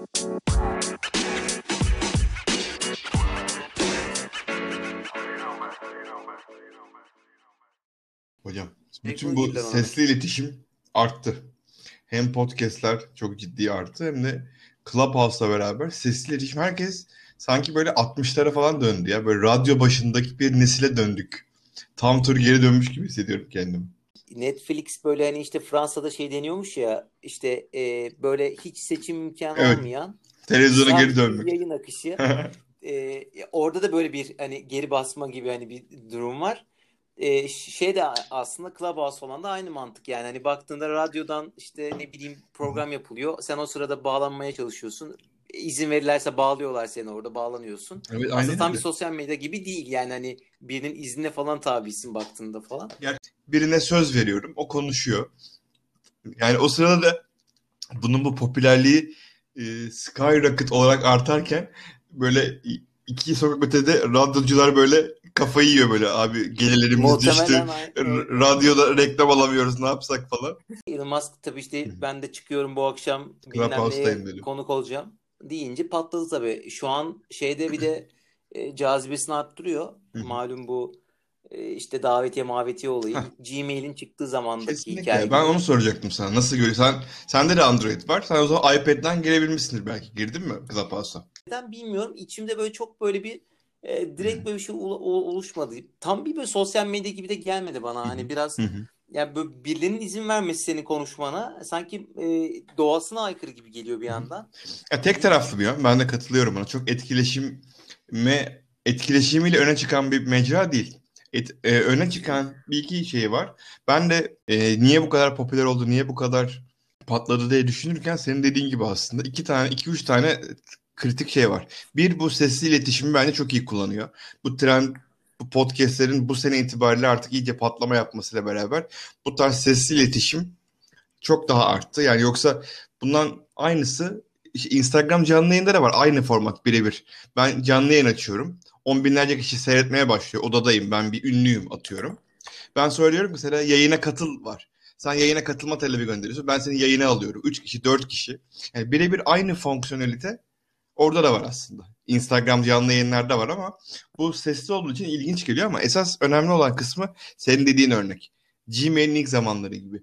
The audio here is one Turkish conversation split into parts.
Hocam, bütün Teknoloji bu girdiler ona. sesli iletişim arttı. Hem podcastler çok ciddi arttı hem de Clubhouse'la beraber sesli iletişim herkes sanki böyle 60'lara falan döndü ya. Böyle radyo başındaki bir nesile döndük. Tam tur geri dönmüş gibi hissediyorum kendimi. Netflix böyle hani işte Fransa'da şey deniyormuş ya işte böyle hiç seçim imkanı Evet, olmayan televizyona geri sadece bir dönmek. yayın akışı. Orada da böyle bir hani geri basma gibi hani bir durum var. Şey de aslında Clubhouse falan da aynı mantık yani hani baktığında radyodan işte ne bileyim program yapılıyor. Sen o sırada bağlanmaya çalışıyorsun. İzin verirlerse bağlıyorlar seni orada bağlanıyorsun. Evet, Aslında aynen tam bir öyle. sosyal medya gibi değil yani hani birinin iznine falan tabisin baktığında falan. Yani birine söz veriyorum, o konuşuyor. Yani o sırada da bunun bu popülerliği skyrocket olarak artarken böyle iki sokak ötede radyocular böyle kafayı yiyor böyle abi gelirlerimiz düştü. Muhtemelen evet. Radyoda reklam alamıyoruz ne yapsak falan. Elon Musk tabii işte ben de çıkıyorum bu akşam bilmem Clubhouse'dayım neye dedim. konuk olacağım deyince patladı tabii. Şu an şeyde bir de cazibesini arttırıyor. Malum bu işte davetiye mavetiye olayı. Gmail'in çıktığı zamandaki Kesinlikle. hikaye Ben onu gibi. soracaktım sana. Nasıl görüyorsun? Sende de Android var. Sen o zaman iPad'den girebilmişsindir belki. Girdin mi Clubhouse'a? Neden bilmiyorum. İçimde böyle çok böyle bir direkt böyle bir şey oluşmadı. Tam bir böyle sosyal medya gibi de gelmedi bana. Hı hı. Hani biraz Hı hı. yani böyle birilerinin izin vermesi senin konuşmana sanki doğasına aykırı gibi geliyor bir Hı hı. yandan. Ya tek İlginç. taraflı bir yön. Ben de katılıyorum ona. Çok etkileşimiyle öne çıkan bir mecra değil. Öne çıkan bir iki şey var. Ben de niye bu kadar popüler oldu, niye bu kadar patladı diye düşünürken senin dediğin gibi aslında iki üç tane kritik şey var. Bir, bu sesli iletişimi bence çok iyi kullanıyor. Bu trend, bu podcastlerin bu sene itibariyle artık iyice patlama yapmasıyla beraber bu tarz sesli iletişim çok daha arttı. Yani yoksa bundan aynısı işte Instagram canlı yayında da var. Aynı format birebir. Ben canlı yayın açıyorum. On binlerce kişi seyretmeye başlıyor. Odadayım. Ben bir ünlüyüm atıyorum. Ben söylüyorum mesela yayına katıl var. Sen yayına katılma talebi gönderiyorsun. Ben seni yayına alıyorum. 3 kişi, 4 kişi. Yani birebir aynı fonksiyonelite orada da var aslında. Instagram canlı yayınlarda var ama bu sesli olduğu için ilginç geliyor ama esas önemli olan kısmı senin dediğin örnek. Gmail'in ilk zamanları gibi.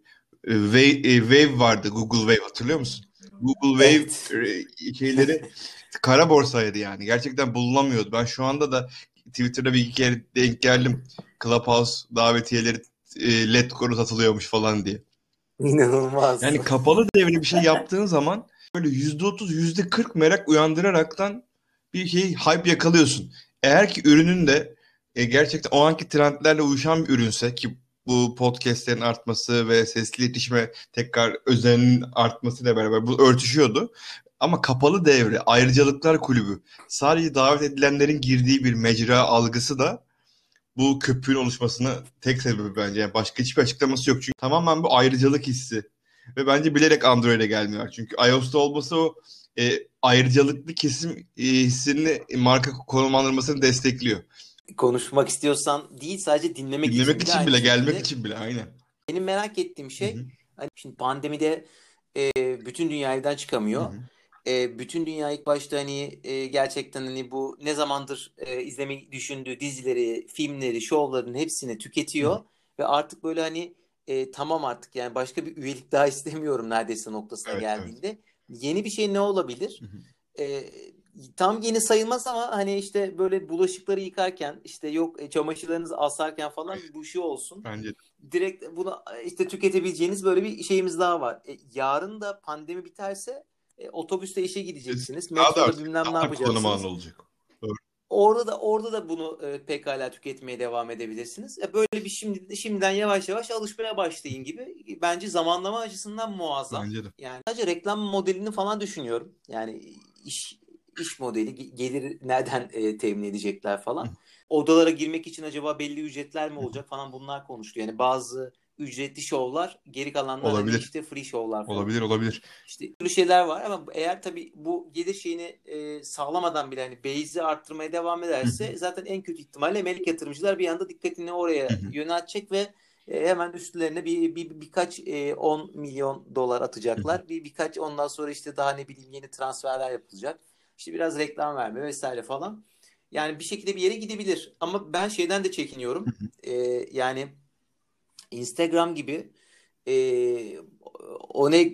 Wave vardı. Google Wave hatırlıyor musun? Google Evet. Wave şeyleri kara borsaydı yani. Gerçekten bulunamıyordu. Ben şu anda da Twitter'da bir iki kere denk geldim. Clubhouse davetiyeleri Letgo'da satılıyormuş falan diye. İnanılmaz. Yani kapalı devre bir şey yaptığın zaman böyle %30, %40 merak uyandıraraktan bir şey hype yakalıyorsun. Eğer ki ürünün de gerçekten o anki trendlerle uyuşan bir ürünse ki bu podcastlerin artması ve sesli iletişime tekrar özeninin artmasıyla beraber bu örtüşüyordu. Ama kapalı devre, ayrıcalıklar kulübü, sadece davet edilenlerin girdiği bir mecra algısı da bu köpüğün oluşmasına tek sebebi bence. Yani başka hiçbir açıklaması yok. Çünkü tamamen bu ayrıcalık hissi. Ve bence bilerek Android'e gelmiyor. Çünkü iOS'ta olması o ayrıcalıklı kesim hissini marka konumlandırmasını destekliyor. Konuşmak istiyorsan değil sadece dinlemek için Dinlemek bile için aynı bile, gelmek şekilde. için bile aynen. Benim merak ettiğim Hı şey hı, hani şimdi pandemide bütün dünya evden hı çıkamıyor. hı, Bütün dünya ilk başta hani gerçekten hani bu ne zamandır izlemeyi düşündüğü dizileri, filmleri, şovların hepsini hı hı. tüketiyor ve artık böyle hani tamam artık yani başka bir üyelik daha istemiyorum neredeyse noktasına Evet, evet. geldiğinde yeni bir şey ne olabilir? Hı hı. E, Tam yeni sayılmaz ama hani işte böyle bulaşıkları yıkarken işte yok çamaşırlarınızı asarken falan bu şey olsun Bence de. direkt bunu işte tüketebileceğiniz böyle bir şeyimiz daha var. Yarın da pandemi biterse otobüste işe Kesinlikle. gideceksiniz. Daha da Metroda artacak. bilmem ne Daha da kullanım alanı yapacaksınız. olacak. Doğru. Orada da bunu pekala tüketmeye devam edebilirsiniz. Böyle bir şimdiden yavaş yavaş alışmaya başlayın gibi. Bence zamanlama açısından muazzam. Bence de. Yani sadece reklam modelini falan düşünüyorum. Yani iş modeli, gelir nereden temin edecekler Hı. falan. Odalara girmek için acaba belli ücretler mi olacak falan bunlar konuştu. Yani bazı ücretli şovlar, geri kalanlar hani Olabilir. işte free şovlar falan. Olabilir, olabilir. İşte türlü şeyler var ama eğer tabii bu gelir şeyini sağlamadan bile hani base'i arttırmaya devam Hı hı, ederse zaten en kötü ihtimalle melek yatırımcılar bir anda dikkatini oraya hı hı. yöneltecek ve hemen üstlerine birkaç 10 milyon dolar atacaklar. Birkaç ondan sonra işte daha ne bileyim yeni transferler yapılacak. İşte biraz reklam verme vesaire falan. Yani bir şekilde bir yere gidebilir. Ama ben şeyden de çekiniyorum. Yani Instagram gibi e, o ne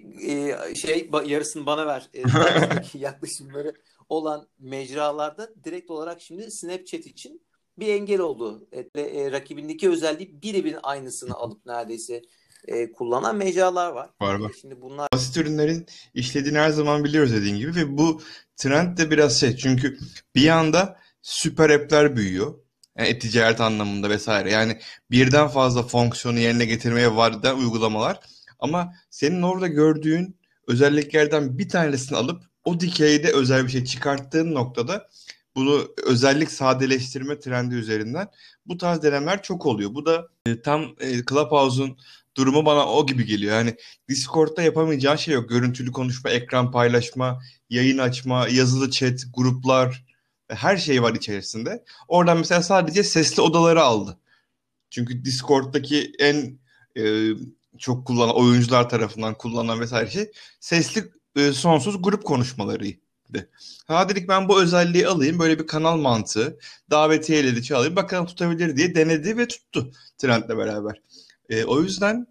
yarısını bana ver tarzındaki yaklaşımları olan mecralarda direkt olarak şimdi Snapchat için bir engel oldu. Rakibindeki özelliği birebir aynısını alıp neredeyse kullanan mecralar var. Var var. Şimdi bunlar Basit ürünlerin işlediğini her zaman biliyoruz dediğin gibi ve bu trend de biraz çünkü bir anda süper app'ler büyüyor. Yani ticaret anlamında vesaire. Yani birden fazla fonksiyonu yerine getirmeye varan uygulamalar. Ama senin orada gördüğün özelliklerden bir tanesini alıp o dikeyde özel bir şey çıkarttığın noktada bunu özellik sadeleştirme trendi üzerinden bu tarz denemeler çok oluyor. Bu da tam Clubhouse'un durumu bana o gibi geliyor. Yani Discord'da yapamayacağın şey yok. Görüntülü konuşma, ekran paylaşma, yayın açma, yazılı chat, gruplar, her şey var içerisinde. Oradan mesela sadece sesli odaları aldı. Çünkü Discord'daki en e, çok kullanan oyuncular tarafından kullanılan vesaire şey sesli sonsuz grup konuşmalarıydı. Ha dedik ben bu özelliği alayım, böyle bir kanal mantığı, davetiyeleri çalayım bakalım tutabilir diye denedi ve tuttu trendle beraber. O yüzden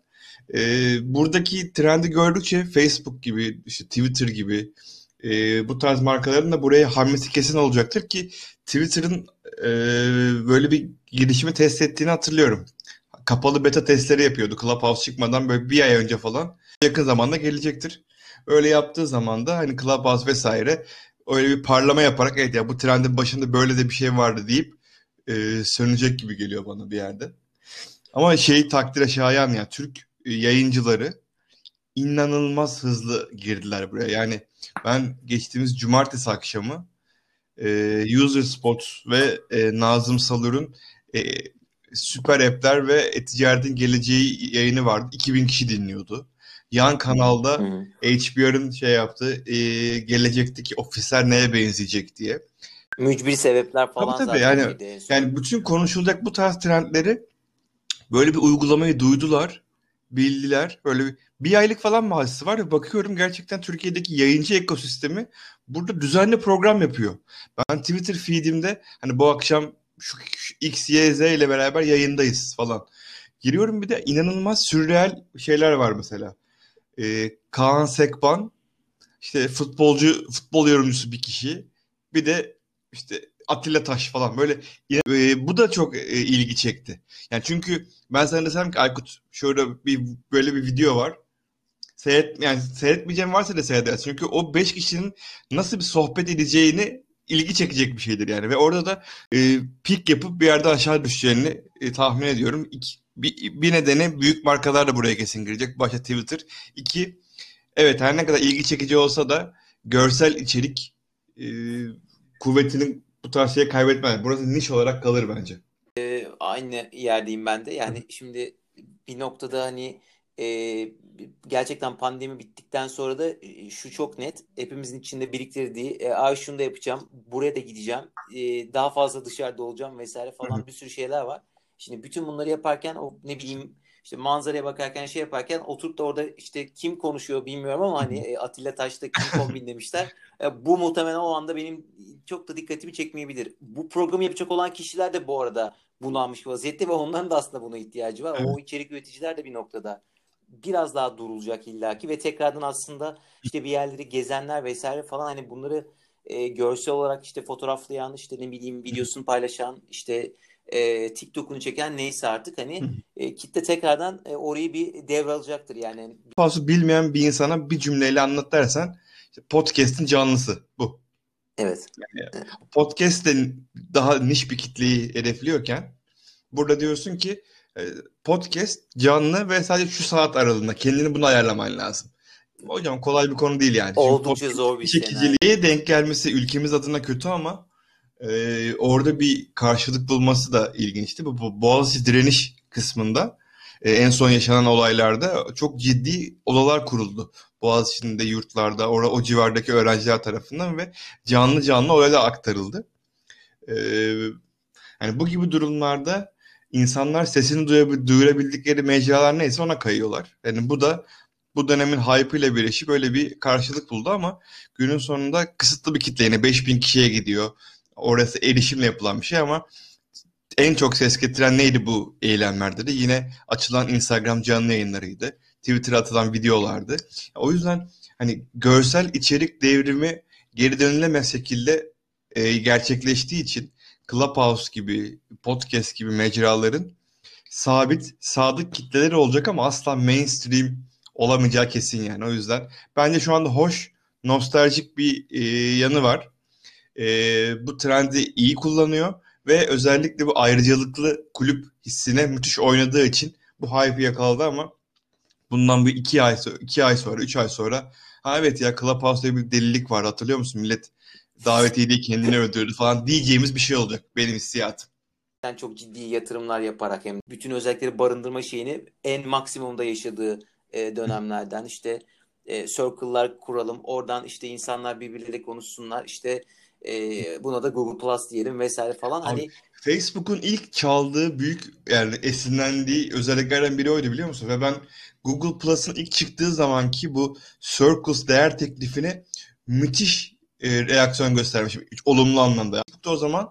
buradaki trendi gördükçe Facebook gibi, işte Twitter gibi bu tarz markaların da buraya hamlesi kesin olacaktır ki Twitter'ın böyle bir girişimi test ettiğini hatırlıyorum. Kapalı beta testleri yapıyordu Clubhouse çıkmadan böyle bir ay önce falan. Yakın zamanda gelecektir. Öyle yaptığı zaman da hani Clubhouse vesaire öyle bir parlama yaparak evet ya bu trendin başında böyle de bir şey vardı deyip sönecek gibi geliyor bana bir yerde. Ama takdire şayan ya Türk yayıncıları inanılmaz hızlı girdiler buraya. Yani ben geçtiğimiz cumartesi akşamı User Spots ve Nazım Salur'un e, Süper App'ler ve Ticaretin Geleceği yayını vardı. 2000 kişi dinliyordu. Yan kanalda HBR'ın yaptığı gelecekteki ofisler neye benzeyecek diye. mücbir sebepler Tabii falan tabii zaten yani girdi en son. yani bütün konuşulacak bu tarz trendleri böyle bir uygulamayı duydular, bildiler. Böyle bir aylık falan mahallesi var ve bakıyorum gerçekten Türkiye'deki yayıncı ekosistemi burada düzenli program yapıyor. Ben Twitter feedimde hani bu akşam şu X, Y, Z ile beraber yayındayız falan. Giriyorum bir de inanılmaz sürreal şeyler var mesela. Kaan Sekban, işte futbol yorumcusu bir kişi. Bir de işte Atilla Taş falan böyle bu da çok ilgi çekti. Yani çünkü ben sana desem ki Aykut şöyle böyle bir video var. Yani seyretmeyeceğim varsa da seyredersin. Çünkü o 5 kişinin nasıl bir sohbet edeceğini ilgi çekecek bir şeydir yani. Ve orada da pik yapıp bir yerde aşağı düşeceğini tahmin ediyorum. Bir nedeni büyük markalar da buraya kesin girecek. Başta Twitter. İki, evet her ne kadar ilgi çekici olsa da görsel içerik e, kuvvetinin bu tarz şeye kaybetmez. Burası niş olarak kalır bence. Aynı yerdeyim ben de. Yani şimdi bir noktada hani e, gerçekten pandemi bittikten sonra da şu çok net. Hepimizin içinde biriktirdiği ay şunu da yapacağım, buraya da gideceğim, daha fazla dışarıda olacağım vesaire falan bir sürü şeyler var. Şimdi bütün bunları yaparken o ne bileyim işte manzaraya bakarken yaparken oturup da orada işte kim konuşuyor bilmiyorum ama hani Atilla Taş'ta kim kombinlemişler. Bu muhtemelen o anda benim çok da dikkatimi çekmeyebilir. Bu programı yapacak olan kişiler de bu arada bunalmış vaziyette ve onların da aslında buna ihtiyacı var. O içerik üreticiler de bir noktada biraz daha durulacak illaki ve tekrardan aslında işte bir yerleri gezenler vesaire falan hani bunları görsel olarak işte fotoğraflayan işte ne bileyim videosunu paylaşan işte TikTok'unu çeken neyse artık hani kitle tekrardan orayı bir devralacaktır yani. Fazla bilmeyen bir insana bir cümleyle anlat dersen işte podcast'in canlısı bu. Evet. Yani podcast de daha niş bir kitleyi hedefliyorken burada diyorsun ki podcast canlı ve sadece şu saat aralığında kendini buna ayarlaman lazım. Hocam kolay bir konu değil yani. Çünkü Oldukça podcast zor bir senaryo. çekiciliğe denk gelmesi ülkemiz adına kötü ama orada bir karşılık bulması da ilginçti. Bu Boğaziçi direniş kısmında en son yaşanan olaylarda çok ciddi odalar kuruldu. Boğaziçi'nde, yurtlarda, o civardaki öğrenciler tarafından ve canlı canlı olaylar aktarıldı. E, Yani bu gibi durumlarda insanlar sesini duyurabildikleri mecralar neyse ona kayıyorlar. Yani bu da bu dönemin hype ile birleşip böyle bir karşılık buldu ama günün sonunda kısıtlı bir kitle, yine 5.000 kişiye gidiyor. Orası erişimle yapılan bir şey ama en çok ses getiren neydi bu eylemlerde de? Yine açılan Instagram canlı yayınlarıydı. Twitter'a atılan videolardı. O yüzden hani görsel içerik devrimi geri dönülemez şekilde gerçekleştiği için Clubhouse gibi, podcast gibi mecraların sabit, sadık kitleleri olacak ama asla mainstream olamayacağı kesin yani. O yüzden bence şu anda hoş, nostaljik bir yanı var. Bu trendi iyi kullanıyor ve özellikle bu ayrıcalıklı kulüp hissine müthiş oynadığı için bu hype'ı yakaladı ama bundan bir 2 ay sonra, 3 ay sonra ha evet ya Clubhouse'da bir delilik var hatırlıyor musun? Millet davetiye değil kendini öldürdü falan diyeceğimiz bir şey olacak benim hissiyatım. Yani çok ciddi yatırımlar yaparak hem bütün özellikleri barındırma şeyini en maksimumda yaşadığı dönemlerden işte circle'lar kuralım. Oradan işte insanlar birbirleriyle konuşsunlar. İşte buna da Google Plus diyelim vesaire falan. Abi, Hani Facebook'un ilk çaldığı büyük yani esinlendiği özelliklerden biri oydu biliyor musun? Ve ben Google Plus'ın ilk çıktığı zamanki bu Circles değer teklifine müthiş reaksiyon göstermişim. Olumlu anlamda. Facebook'ta o zaman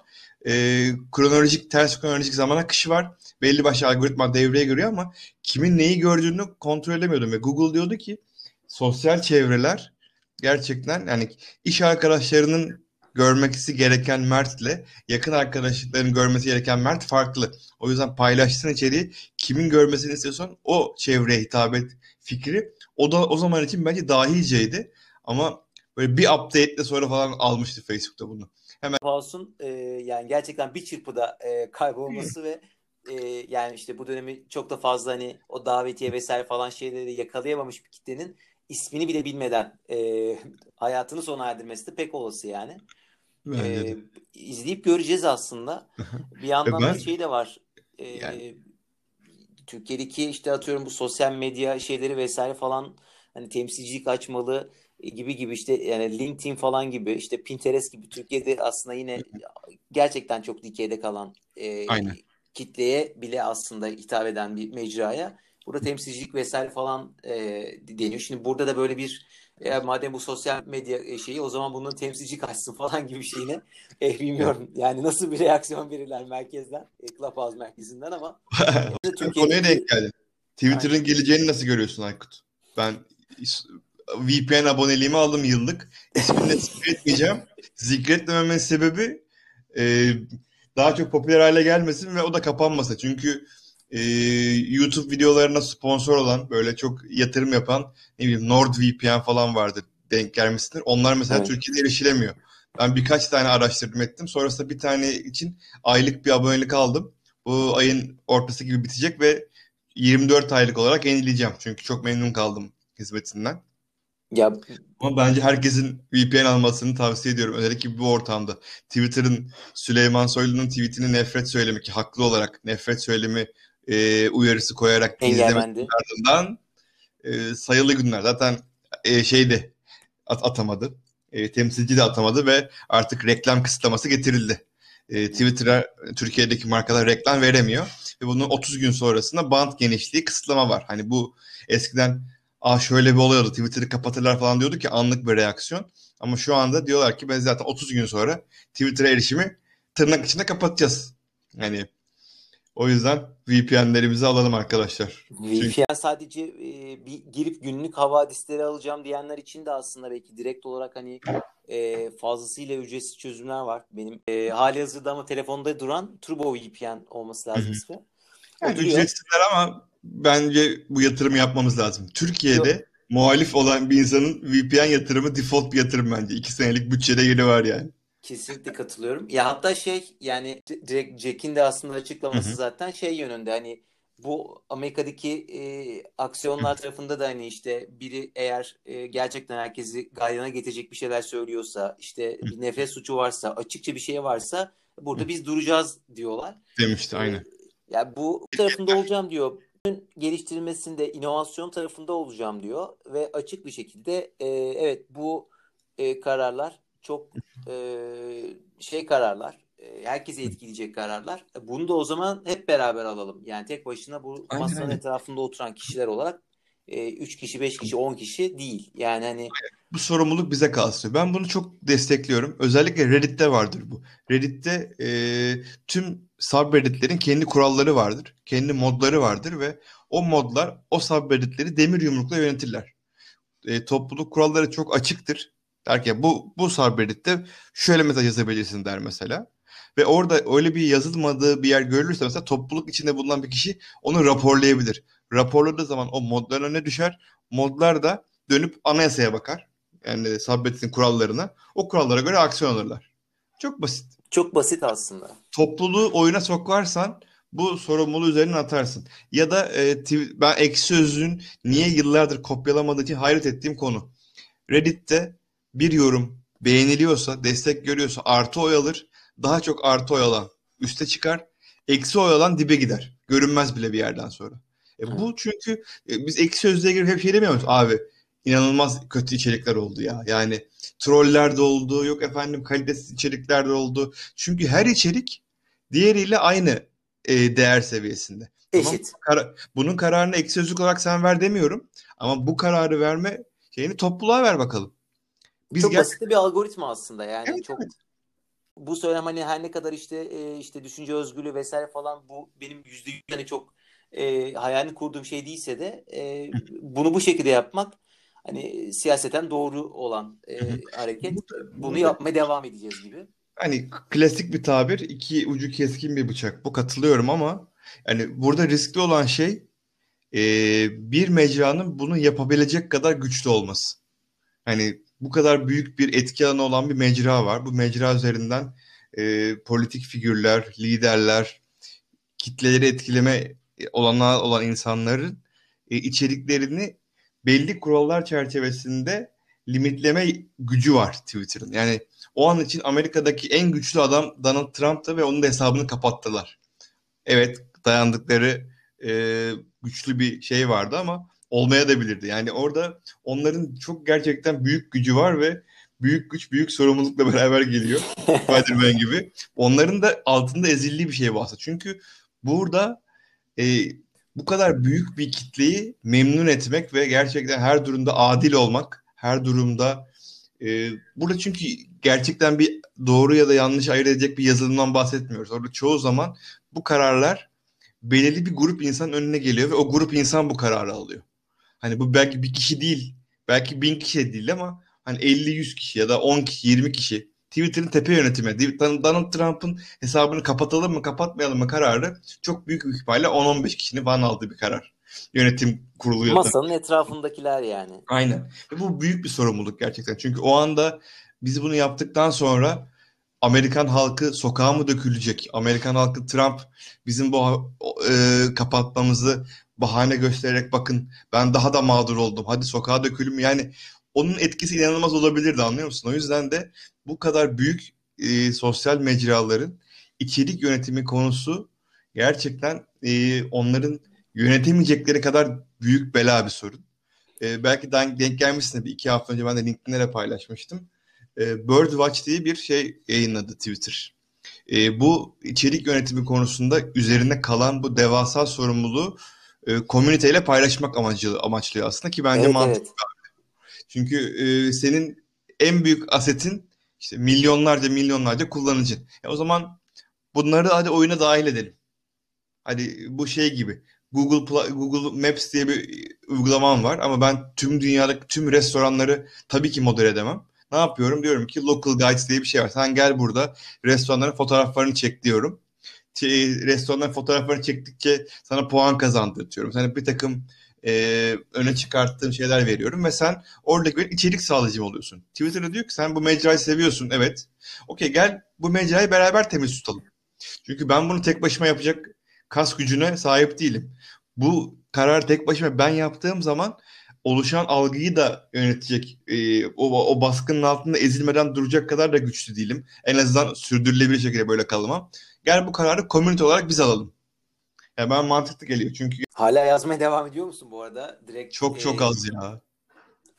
ters kronolojik zaman akışı var. Belli başlı algoritma devreye giriyor ama kimin neyi gördüğünü kontrol edemiyordum. Ve Google diyordu ki sosyal çevreler gerçekten yani iş arkadaşlarının görmesi gereken Mert'le yakın arkadaşlıkların görmesi gereken Mert farklı. O yüzden paylaştığın içeriği kimin görmesini istiyorsan o çevreye hitap et fikri. O da o zaman için bence dahiceydi. Ama böyle bir update'le sonra falan almıştı Facebook'ta bunu. Hemen House'un yani gerçekten bir çırpıda kaybolması ve yani işte bu dönemi çok da fazla hani o davetiye vesaire falan şeyleri yakalayamamış bir kitlenin ismini bile bilmeden hayatını sona erdirmesi de pek olası yani. bence de. İzleyip göreceğiz aslında. Bir Ve yandan da ben şey de var. yani Türkiye'deki işte atıyorum bu sosyal medya şeyleri vesaire falan hani temsilcilik açmalı gibi işte yani LinkedIn falan gibi işte Pinterest gibi Türkiye'de aslında yine gerçekten çok dikeyde kalan aynen. kitleye bile aslında hitap eden bir mecraya burada temsilcilik vesaire falan deniyor. Şimdi burada da böyle bir madem bu sosyal medya şeyi o zaman bunun temsilcilik açsın falan gibi şeyine Evet. bilmiyorum. Yani nasıl bir reaksiyon verirler merkezden, Clubhouse merkezinden ama Konuya denk Türkiye'deki geldin. aynen. Twitter'ın geleceğini nasıl görüyorsun Aykut? Ben VPN aboneliğimi aldım yıllık. İsmini de zikretmeyeceğim. Zikretmememin sebebi e, daha çok popüler hale gelmesin ve o da kapanmasa. Çünkü YouTube videolarına sponsor olan böyle çok yatırım yapan ne bileyim NordVPN falan vardır. Denk gelmişsindir. Onlar mesela Evet. Türkiye'de erişilemiyor. Ben birkaç tane araştırdım ettim. Sonrasında bir tane için aylık bir abonelik aldım. Bu ayın ortası gibi bitecek ve 24 aylık olarak yenileyeceğim. Çünkü çok memnun kaldım hizmetinden. Ya Ama bence herkesin VPN almasını tavsiye ediyorum. Özellikle bu ortamda. Twitter'ın Süleyman Soylu'nun tweetini nefret söylemi ki haklı olarak nefret söylemi uyarısı koyarak gizlemesinin engellendi. ardından sayılı günler. Zaten şeyde atamadı. Temsilci de atamadı ve artık reklam kısıtlaması getirildi. Twitter'a Türkiye'deki markalar reklam veremiyor. Ve bunun 30 gün sonrasında band genişliği kısıtlama var. Hani bu eskiden şöyle bir olay oldu Twitter'ı kapatırlar falan diyordu ki anlık bir reaksiyon. Ama şu anda diyorlar ki ben zaten 30 gün sonra Twitter'a erişimi tırnak içinde kapatacağız. Yani o yüzden VPN'lerimizi alalım arkadaşlar. Çünkü VPN sadece bir girip günlük havadisleri alacağım diyenler için de aslında belki direkt olarak hani fazlasıyla ücretsiz çözümler var. Benim halihazırda ama telefonda duran Turbo VPN olması hı lazım hı. ismi. O Yani duruyor. ücretsizler ama bence bu yatırımı yapmamız lazım. Yok. Türkiye'de muhalif olan bir insanın VPN yatırımı default bir yatırım bence. 2 senelik bütçede yeri var yani. Kesinlikle katılıyorum. Ya hatta şey yani direkt Jack'in de aslında Hı açıklaması hı. zaten şey yönünde hani bu Amerika'daki aksiyonlar tarafında da hani işte biri eğer gerçekten herkesi galyana getirecek bir şeyler söylüyorsa işte bir nefret suçu varsa açıkça bir şey varsa burada biz duracağız diyorlar. Demişti E, aynen. ya bu tarafında olacağım diyor. Geliştirilmesinde inovasyon tarafında olacağım diyor ve açık bir şekilde evet bu kararlar çok şey kararlar herkesi etkileyecek kararlar. Bunu da o zaman hep beraber alalım. Yani tek başına bu Aynen masanın aynen. etrafında oturan kişiler olarak 3 kişi, 5 kişi, 10 kişi değil. Yani hani Bu sorumluluk bize kalsın. Ben bunu çok destekliyorum. Özellikle Reddit'te vardır bu. Reddit'te tüm subredditlerin kendi kuralları vardır. Kendi modları vardır ve o modlar o subredditleri demir yumrukla yönetirler. Topluluk kuralları çok açıktır. Der ki bu subreddit'te şöyle mesaj yazabilirsin der mesela. Ve orada öyle bir yazılmadığı bir yer görülürse mesela topluluk içinde bulunan bir kişi onu raporlayabilir. Raporladığı zaman o modların önüne düşer. Modlar da dönüp anayasaya bakar. Yani subreddit'in kurallarına. O kurallara göre aksiyon alırlar. Çok basit. çok basit aslında. Topluluğu oyuna sokarsan bu sorumluluğu üzerine atarsın. Ya da ben Ekşi Sözlüğün niye yıllardır kopyalamadığı için hayret ettiğim konu. Reddit'te bir yorum beğeniliyorsa, destek görüyorsa artı oy alır. Daha çok artı oy alan üste çıkar. Eksi oy alan dibe gider. Görünmez bile bir yerden sonra. Hı. Bu çünkü biz Ekşi Sözlüğe girip hep şey demiyor muyuz? Abi inanılmaz kötü içerikler oldu ya. Yani troller de oldu, yok efendim kalitesiz içerikler de oldu. Çünkü her içerik diğeriyle aynı değer seviyesinde. Tamam. Eşit. Bunun kararını Ekşi Sözlük olarak sen ver demiyorum. Ama bu kararı verme şeyini topluluğa ver bakalım. Biz Çok gel. basit de bir algoritma aslında. Yani Evet çok evet. bu söylem hani her ne kadar işte düşünce özgürlüğü vesaire falan bu benim %100 hani çok hayalini kurduğum şey değilse de bunu bu şekilde yapmak hani siyaseten doğru olan Hı hı. hareket. Burada, Bunu burada yapmaya devam edeceğiz gibi. hani klasik bir tabir, iki ucu keskin bir bıçak. Bu katılıyorum ama yani burada riskli olan şey bir mecranın bunu yapabilecek kadar güçlü olması. Hani bu kadar büyük bir etki alanı olan bir mecra var. Bu mecra üzerinden politik figürler, liderler, kitleleri etkileme olanağı olan insanların içeriklerini belli kurallar çerçevesinde limitleme gücü var Twitter'ın. Yani o an için Amerika'daki en güçlü adam Donald Trump'tı ve onun da hesabını kapattılar. Evet, dayandıkları güçlü bir şey vardı ama olmaya da bilirdi. Yani orada onların çok gerçekten büyük gücü var ve büyük güç büyük sorumlulukla beraber geliyor. Spider-Man gibi. Onların da altında ezildiği bir şey varsa. Çünkü burada e, bu kadar büyük bir kitleyi memnun etmek ve gerçekten her durumda adil olmak, her durumda burada çünkü gerçekten bir doğru ya da yanlış ayırt edecek bir yazılımdan bahsetmiyoruz. Orada çoğu zaman bu kararlar belirli bir grup insan önüne geliyor ve o grup insan bu kararı alıyor. Hani bu belki bir kişi değil, belki 1000 kişi de değil ama hani 50-100 kişi ya da 10 kişi, 20 kişi Twitter'ın tepe yönetimi, Donald Trump'ın hesabını kapatalım mı kapatmayalım mı kararı çok büyük bir ihtimalle 10-15 kişinin falan aldığı bir karar. Yönetim kurulu ya da Masanın etrafındakiler yani. aynen. Ve bu büyük bir sorumluluk gerçekten. Çünkü o anda biz bunu yaptıktan sonra Amerikan halkı sokağa mı dökülecek? Amerikan halkı Trump bizim bu kapatmamızı bahane göstererek bakın ben daha da mağdur oldum. Hadi sokağa dökülüm. Yani onun etkisi inanılmaz olabilirdi anlıyor musun? O yüzden de bu kadar büyük sosyal mecraların içerik yönetimi konusu gerçekten onların yönetemeyecekleri kadar büyük bela bir sorun. Belki denk gelmişsin bir iki hafta önce ben de LinkedIn'lere paylaşmıştım. Birdwatch diye bir şey yayınladı Twitter. Bu içerik yönetimi konusunda üzerine kalan bu devasa sorumluluğu komüniteyle paylaşmak amaçlıyor aslında ki bence Evet, mantıklı. evet. Çünkü senin en büyük asetin işte milyonlarca kullanıcı. O zaman bunları hadi oyuna dahil edelim. Hadi bu şey gibi. Google Maps diye bir uygulamam var ama ben tüm dünyadaki tüm restoranları tabii ki model edemem. Ne yapıyorum? Diyorum ki Local Guides diye bir şey var. Sen gel burada restoranların fotoğraflarını çek diyorum. Restoranların fotoğraflarını çektikçe sana puan kazandırtıyorum. Sana bir takım öne çıkarttığım şeyler veriyorum ve sen oradaki bir içerik sağlayıcı oluyorsun. Twitter'da diyor ki sen bu mecrayı seviyorsun. Evet. Okey gel bu mecrayı beraber temiz tutalım. Çünkü ben bunu tek başıma yapacak kas gücüne sahip değilim. Bu kararı tek başıma ben yaptığım zaman oluşan algıyı da yönetecek, o baskının altında ezilmeden duracak kadar da güçlü değilim. En azından sürdürülebilir şekilde böyle kalamam. Gel bu kararı komünite olarak biz alalım. Ya ben mantıklı geliyor çünkü Hala yazmaya devam ediyor musun bu arada? Direkt çok çok az ya.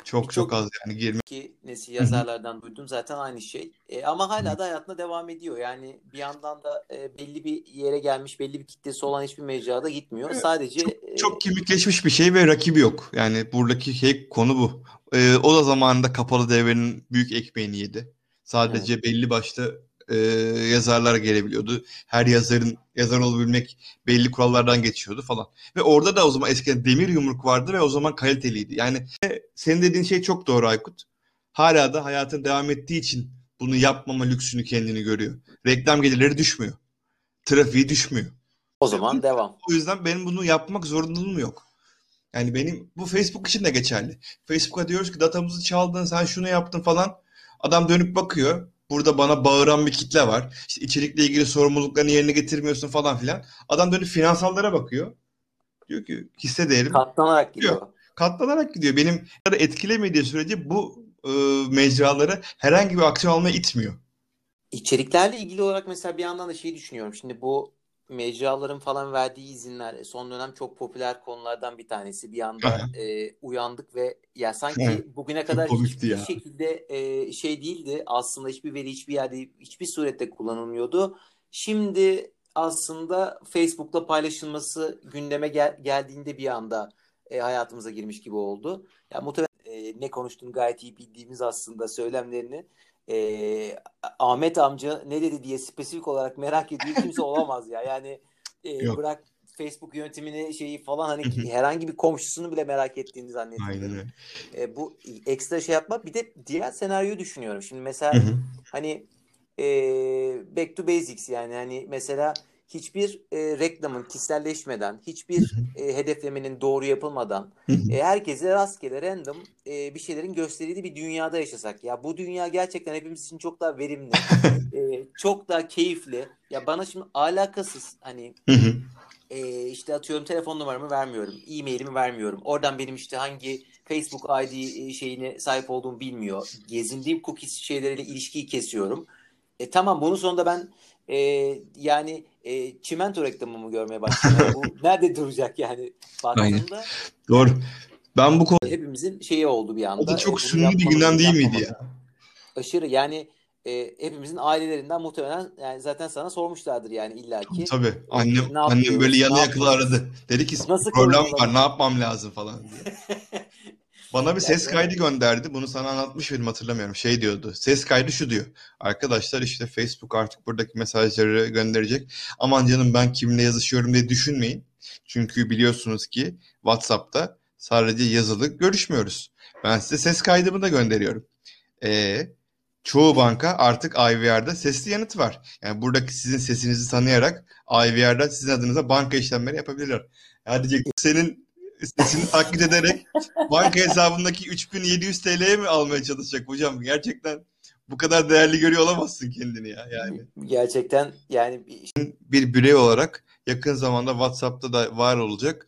Çok çok Birçok az yani girme. ki nesil Hı hı. yazarlardan duydum zaten aynı şey. Ama hala da hayatına devam ediyor. Yani bir yandan da belli bir yere gelmiş, belli bir kitlesi olan hiçbir mecrada gitmiyor. Sadece Çok çok kemikleşmiş bir şey ve rakibi yok. Yani buradaki şey konu bu. O da zamanında kapalı devrenin büyük ekmeğini yedi. evet. Sadece belli başlı yazarlar gelebiliyordu. Her yazarın yazar olabilmek belli kurallardan geçiyordu falan. Ve orada da o zaman eskiden demir yumruk vardı ve o zaman kaliteliydi. Yani senin dediğin şey çok doğru Aykut. Hala da hayatın devam ettiği için bunu yapmama lüksünü kendini görüyor. Reklam gelirleri düşmüyor. Trafiği düşmüyor. O Ve zaman devam. o yüzden benim bunu yapmak zorunluluğum yok. Yani benim bu Facebook için de geçerli. Facebook'a diyoruz ki datamızı çaldın, sen şunu yaptın falan. Adam dönüp bakıyor. Burada bana bağıran bir kitle var. İşte içerikle ilgili sorumluluklarını yerine getirmiyorsun falan filan. Adam dönüp finansallara bakıyor. Diyor ki hisse değerim Katlanarak diyor. gidiyor. Katlanarak gidiyor. Benim etkilemediği sürece bu mecraları herhangi bir aksiyon almaya itmiyor. İçeriklerle ilgili olarak mesela bir yandan da şeyi düşünüyorum. Şimdi bu mecraların falan verdiği izinler son dönem çok popüler konulardan bir tanesi. Bir anda uyandık ve ya sanki bugüne Çok kadar komikti hiçbir ya. şekilde şey değildi. Aslında hiçbir veri hiçbir yerde hiçbir surette kullanılmıyordu. Şimdi aslında Facebook'ta paylaşılması gündeme geldiğinde bir anda hayatımıza girmiş gibi oldu. Ya muhtemelen ne konuştuğunu gayet iyi bildiğimiz aslında söylemlerini Ahmet amca ne dedi diye spesifik olarak merak ediyor. Kimse olamaz ya. Yani Yok. bırak Facebook yönetimini şeyi falan hani herhangi bir komşusunu bile merak ettiğini Aynen zannetmiyorum. öyle. Bu ekstra şey yapma. Bir de diğer senaryoyu düşünüyorum. Şimdi Hı mesela hı. hani back to basics yani hani mesela hiçbir reklamın kişiselleşmeden, hiçbir hedeflemenin doğru yapılmadan Hı hı. herkese rastgele random bir şeylerin gösterildiği bir dünyada yaşasak. Ya bu dünya gerçekten hepimiz için çok daha verimli, çok daha keyifli. Ya bana şimdi alakasız hani Hı hı. işte atıyorum telefon numaramı vermiyorum, e-mailimi vermiyorum. Oradan benim işte hangi Facebook ID şeyine sahip olduğumu bilmiyor. Gezindiğim cookies şeyleriyle ilişkiyi kesiyorum. Tamam bunun sonunda ben e, yani çimento reklamı mı görmeye başlayacağım? Yani bu nerede duracak yani Aynen. baktığında Doğru. Ben bu konu hepimizin şeyi oldu bir o da anda. çok Bunu sünni bir yapmalı gündem mıyız, değil miydi yapmamalı ya? mıyız? Aşırı yani hepimizin ailelerinden muhtemelen yani zaten sana sormuşlardır yani Tabii illaki tabii. Annem ne annem böyle yapıyoruz, ne yana yakıla yapmalıyız, aradı. Dedi ki nasıl problem var, ne korunmalıyız? yapmam lazım falan diye. Bana bir Ya ses sonra kaydı gönderdi. Bunu sana anlatmış mıydım hatırlamıyorum. Şey diyordu. Ses kaydı şu diyor. Arkadaşlar işte Facebook artık buradaki mesajları gönderecek. Aman canım ben kimle yazışıyorum diye düşünmeyin. Çünkü biliyorsunuz ki WhatsApp'ta sadece yazılı görüşmüyoruz. Ben size ses kaydımı da gönderiyorum. E, Çoğu banka artık IVR'da sesli yanıt var. Yani buradaki sizin sesinizi tanıyarak IVR'da sizin adınıza banka işlemleri yapabilirler. Ya diyecek senin sesini taklit ederek banka hesabındaki 3700 TL'ye mi almaya çalışacak hocam? Gerçekten bu kadar değerli görüyor olamazsın kendini ya. Yani gerçekten yani bir birey olarak yakın zamanda WhatsApp'ta da var olacak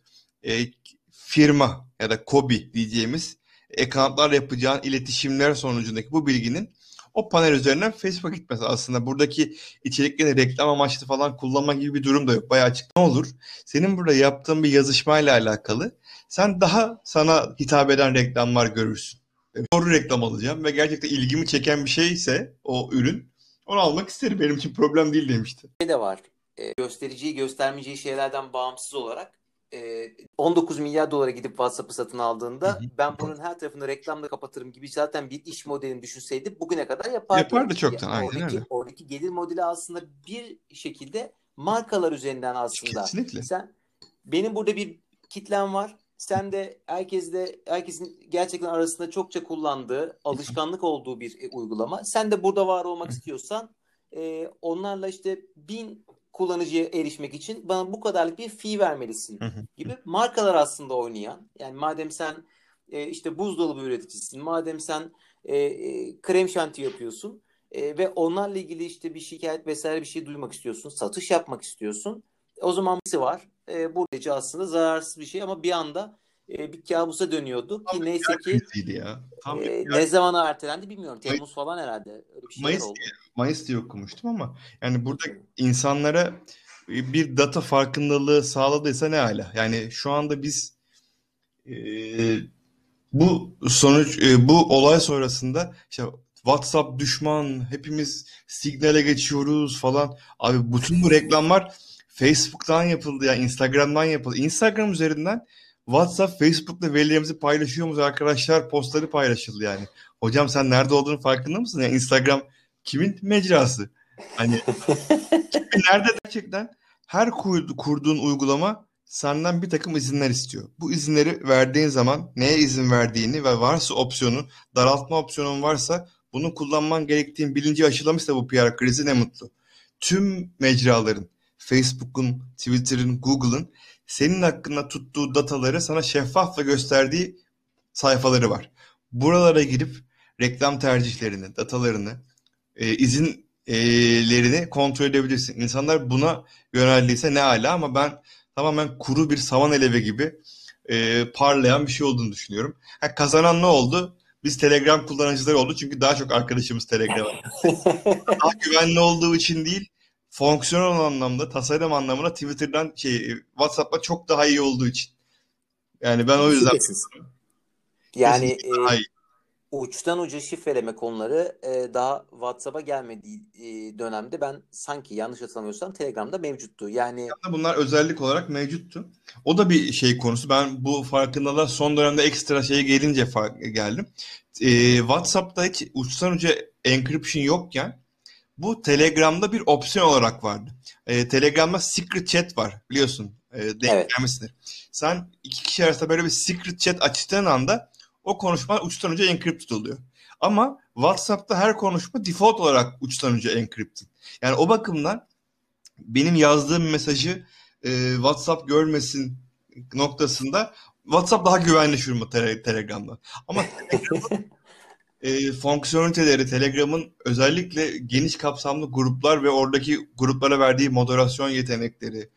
firma ya da KOBİ diyeceğimiz accountlar yapacağın iletişimler sonucundaki bu bilginin o panel üzerinden Facebook'a gitmesi aslında buradaki içerikleri reklam amaçlı falan kullanma gibi bir durum da yok. Bayağı açık. Ne olur? Senin burada yaptığın bir yazışmayla alakalı sen daha sana hitap eden reklamlar görürsün. Doğru reklam alacağım ve gerçekten ilgimi çeken bir şeyse o ürün onu almak isterim. Benim için problem değil demişti. şey de var. Göstericiyi göstermeyeceği şeylerden bağımsız olarak 19 milyar dolara gidip WhatsApp'ı satın Hı aldığında hı. ben bunun her tarafını reklamla kapatırım gibi zaten bir iş modelini düşünseydi bugüne kadar yapardı. Yapardı çoktan. Aynen öyle. Oradaki gelir modeli aslında bir şekilde markalar üzerinden aslında. Kesinlikle. Sen benim burada bir kitlem var. Sen de herkesin gerçekten arasında çokça kullandığı, alışkanlık olduğu bir uygulama. Sen de burada var olmak istiyorsan onlarla işte 1000 kullanıcıya erişmek için bana bu kadarlık bir fee vermelisin Hı hı. gibi markalar aslında oynayan. Yani madem sen işte buzdolabı üreticisin, madem sen krem şanti yapıyorsun ve onlarla ilgili işte bir şikayet vesaire bir şey duymak istiyorsun, satış yapmak istiyorsun. O zaman birisi var. Buradaki aslında zararsız bir şey ama bir anda bir kabusa dönüyordu Tam ki bir neyse PR ki kriziydi ya. Tam bir ne PR. zaman ertelendi bilmiyorum. Mayıs, Temmuz falan herhalde. Öyle bir şeyler Mayıs diye, oldu. Mayıs diye okumuştum ama yani burada Peki. insanlara bir data farkındalığı sağladıysa ne hala. Yani şu anda biz e, Bu sonuç, bu olay sonrasında işte WhatsApp düşman, hepimiz Signal'e geçiyoruz falan. Abi bütün bu reklamlar Facebook'tan yapıldı ya, Instagram'dan yapıldı. Instagram üzerinden WhatsApp, Facebook'ta verilerimizi paylaşıyor muyuz arkadaşlar? Postları paylaşıldı yani. Hocam sen nerede olduğunu farkında mısın? Yani Instagram kimin mecrası? Hani nerede gerçekten her kurduğun uygulama senden bir takım izinler istiyor. Bu izinleri verdiğin zaman neye izin verdiğini ve varsa opsiyonu, daraltma opsiyonun varsa bunu kullanman gerektiğini bilinci aşılamışsa bu PR krizi ne mutlu. Tüm mecraların, Facebook'un, Twitter'ın, Google'ın senin hakkında tuttuğu dataları sana şeffafça gösterdiği sayfaları var. Buralara girip reklam tercihlerini, datalarını, izinlerini kontrol edebilirsin. İnsanlar buna yöneldiyse ne ala, ama ben tamamen kuru bir saman alevi gibi parlayan bir şey olduğunu düşünüyorum. Ha, kazanan ne oldu? Biz Telegram kullanıcıları oldu, çünkü daha çok arkadaşımız Telegram'a. Daha güvenli olduğu için değil, fonksiyonel anlamda, tasarım anlamında Twitter'dan WhatsApp'la çok daha iyi olduğu için. Yani ben o yüzden Şüphesiz. Yani kesinlikle daha iyi. uçtan uca şifreleme konuları daha WhatsApp'a gelmediği dönemde ben sanki yanlış hatırlamıyorsam Telegram'da mevcuttu. Yani Bunlar özellik olarak mevcuttu. O da bir şey konusu. Ben bu farkındalığa son dönemde ekstra şey gelince geldim. WhatsApp'ta hiç uçtan uca encryption yokken bu Telegram'da bir opsiyon olarak vardı. Telegram'da secret chat var, biliyorsun. Denk evet. gelmişsindir. Sen iki kişi arasında böyle bir secret chat açtığın anda o konuşma uçtan uca encrypted oluyor. Ama WhatsApp'ta her konuşma default olarak uçtan uca encrypted. Yani o bakımdan benim yazdığım mesajı WhatsApp görmesin noktasında WhatsApp daha güvenli şu anda Telegram'da. Ama fonksiyoneliteleri, Telegram'ın özellikle geniş kapsamlı gruplar ve oradaki gruplara verdiği moderasyon yetenekleri,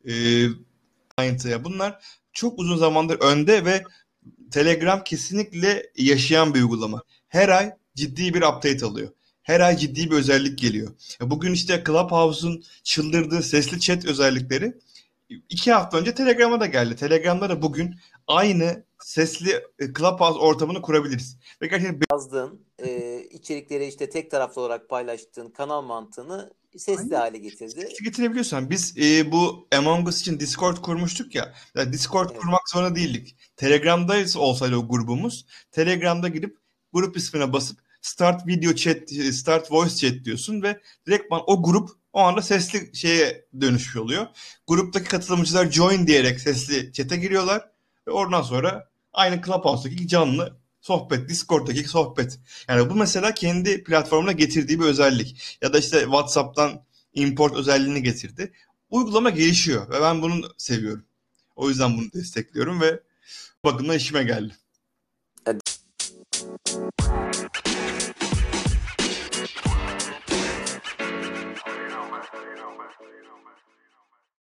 bunlar çok uzun zamandır önde ve Telegram kesinlikle yaşayan bir uygulama. Her ay ciddi bir update alıyor. Her ay ciddi bir özellik geliyor. Bugün işte Clubhouse'un çıldırdığı sesli chat özellikleri 2 hafta önce Telegram'a da geldi. Telegram'da da bugün aynı sesli Clubhouse ortamını kurabiliriz. Ve gerçekten Yazdığın içerikleri işte tek taraflı olarak paylaştığın kanal mantığını sesli hale getirdi. getirebiliyorsan, biz bu Among Us için Discord kurmuştuk ya. Yani Discord Evet. kurmak zorunda değildik. Telegram'da olsaydı o grubumuz, Telegram'da girip grup ismine basıp Start Video Chat, Start Voice Chat diyorsun ve direktman o grup o anda sesli şeye dönüşüyor oluyor. Gruptaki katılımcılar join diyerek sesli chat'e giriyorlar ve oradan sonra aynı Clubhouse'daki canlı sohbet, Discord'daki sohbet. Yani bu mesela kendi platformuna getirdiği bir özellik. Ya da işte WhatsApp'tan import özelliğini getirdi. Uygulama gelişiyor ve ben bunu seviyorum. O yüzden bunu destekliyorum ve bakımdan işime geldi.